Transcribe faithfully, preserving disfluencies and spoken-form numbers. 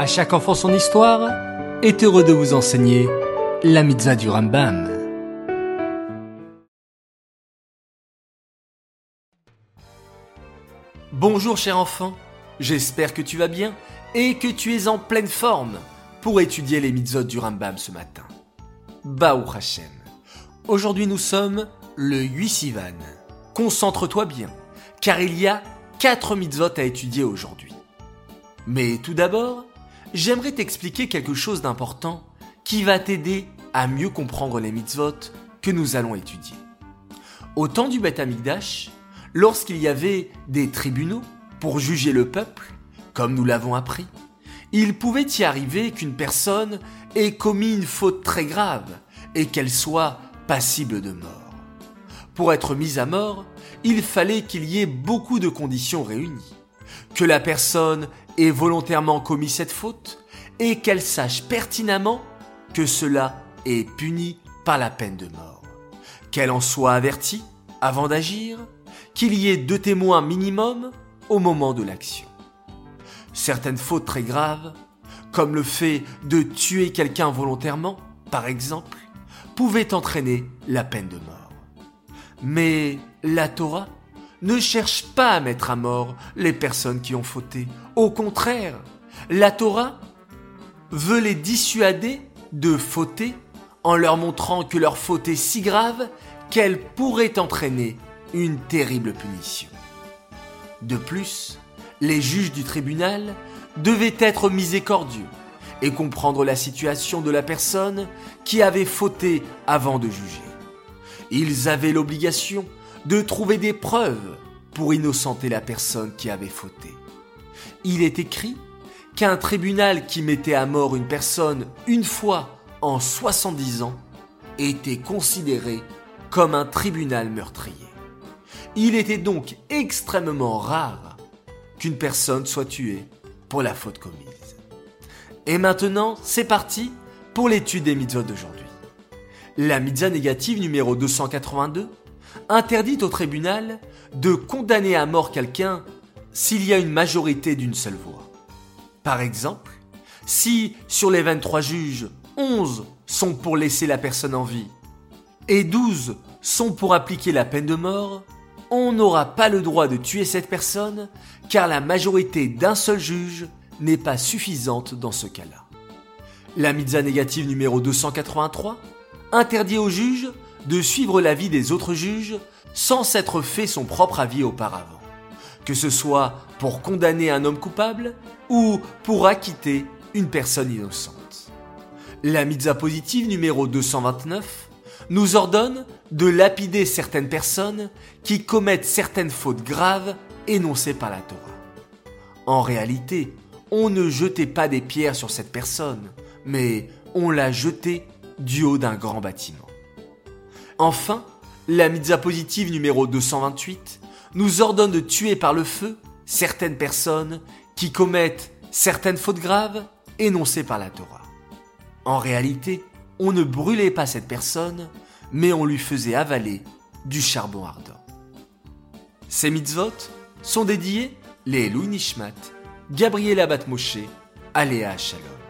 À chaque enfant son histoire est heureux de vous enseigner la mitzvah du Rambam. Bonjour cher enfant, j'espère que tu vas bien et que tu es en pleine forme pour étudier les mitzvot du Rambam ce matin. Baruch Hashem. Aujourd'hui nous sommes le huit Sivan. Concentre-toi bien, car il y a quatre mitzvot à étudier aujourd'hui. Mais tout d'abord, j'aimerais t'expliquer quelque chose d'important qui va t'aider à mieux comprendre les mitzvot que nous allons étudier. Au temps du Beth Amikdash, lorsqu'il y avait des tribunaux pour juger le peuple, comme nous l'avons appris, il pouvait y arriver qu'une personne ait commis une faute très grave et qu'elle soit passible de mort. Pour être mise à mort, il fallait qu'il y ait beaucoup de conditions réunies. Que la personne ait volontairement commis cette faute et qu'elle sache pertinemment que cela est puni par la peine de mort. Qu'elle en soit avertie avant d'agir, qu'il y ait deux témoins minimum au moment de l'action. Certaines fautes très graves, comme le fait de tuer quelqu'un volontairement, par exemple, pouvaient entraîner la peine de mort. Mais la Torah ne cherche pas à mettre à mort les personnes qui ont fauté. Au contraire, la Torah veut les dissuader de fauter en leur montrant que leur faute est si grave qu'elle pourrait entraîner une terrible punition. De plus, les juges du tribunal devaient être miséricordieux et comprendre la situation de la personne qui avait fauté avant de juger. Ils avaient l'obligation de trouver des preuves pour innocenter la personne qui avait fauté. Il est écrit qu'un tribunal qui mettait à mort une personne une fois en soixante-dix ans était considéré comme un tribunal meurtrier. Il était donc extrêmement rare qu'une personne soit tuée pour la faute commise. Et maintenant, c'est parti pour l'étude des mitzvot d'aujourd'hui. La mitzvah négative numéro deux cent quatre-vingt-deux interdit au tribunal de condamner à mort quelqu'un s'il y a une majorité d'une seule voix. Par exemple, si sur les vingt-trois juges, onze sont pour laisser la personne en vie et douze sont pour appliquer la peine de mort, on n'aura pas le droit de tuer cette personne car la majorité d'un seul juge n'est pas suffisante dans ce cas-là. La mitzvah négative numéro deux cent quatre-vingt-trois interdit au juge de suivre l'avis des autres juges sans s'être fait son propre avis auparavant, que ce soit pour condamner un homme coupable ou pour acquitter une personne innocente. La mitzvah positive numéro deux cent vingt-neuf nous ordonne de lapider certaines personnes qui commettent certaines fautes graves énoncées par la Torah. En réalité, on ne jetait pas des pierres sur cette personne, mais on l'a jetée du haut d'un grand bâtiment. Enfin, la mitzvah positive numéro deux cent vingt-huit nous ordonne de tuer par le feu certaines personnes qui commettent certaines fautes graves énoncées par la Torah. En réalité, on ne brûlait pas cette personne, mais on lui faisait avaler du charbon ardent. Ces mitzvot sont dédiés les Louis Nishmat, Gabriela Bat Moshe, Aléa Shalom.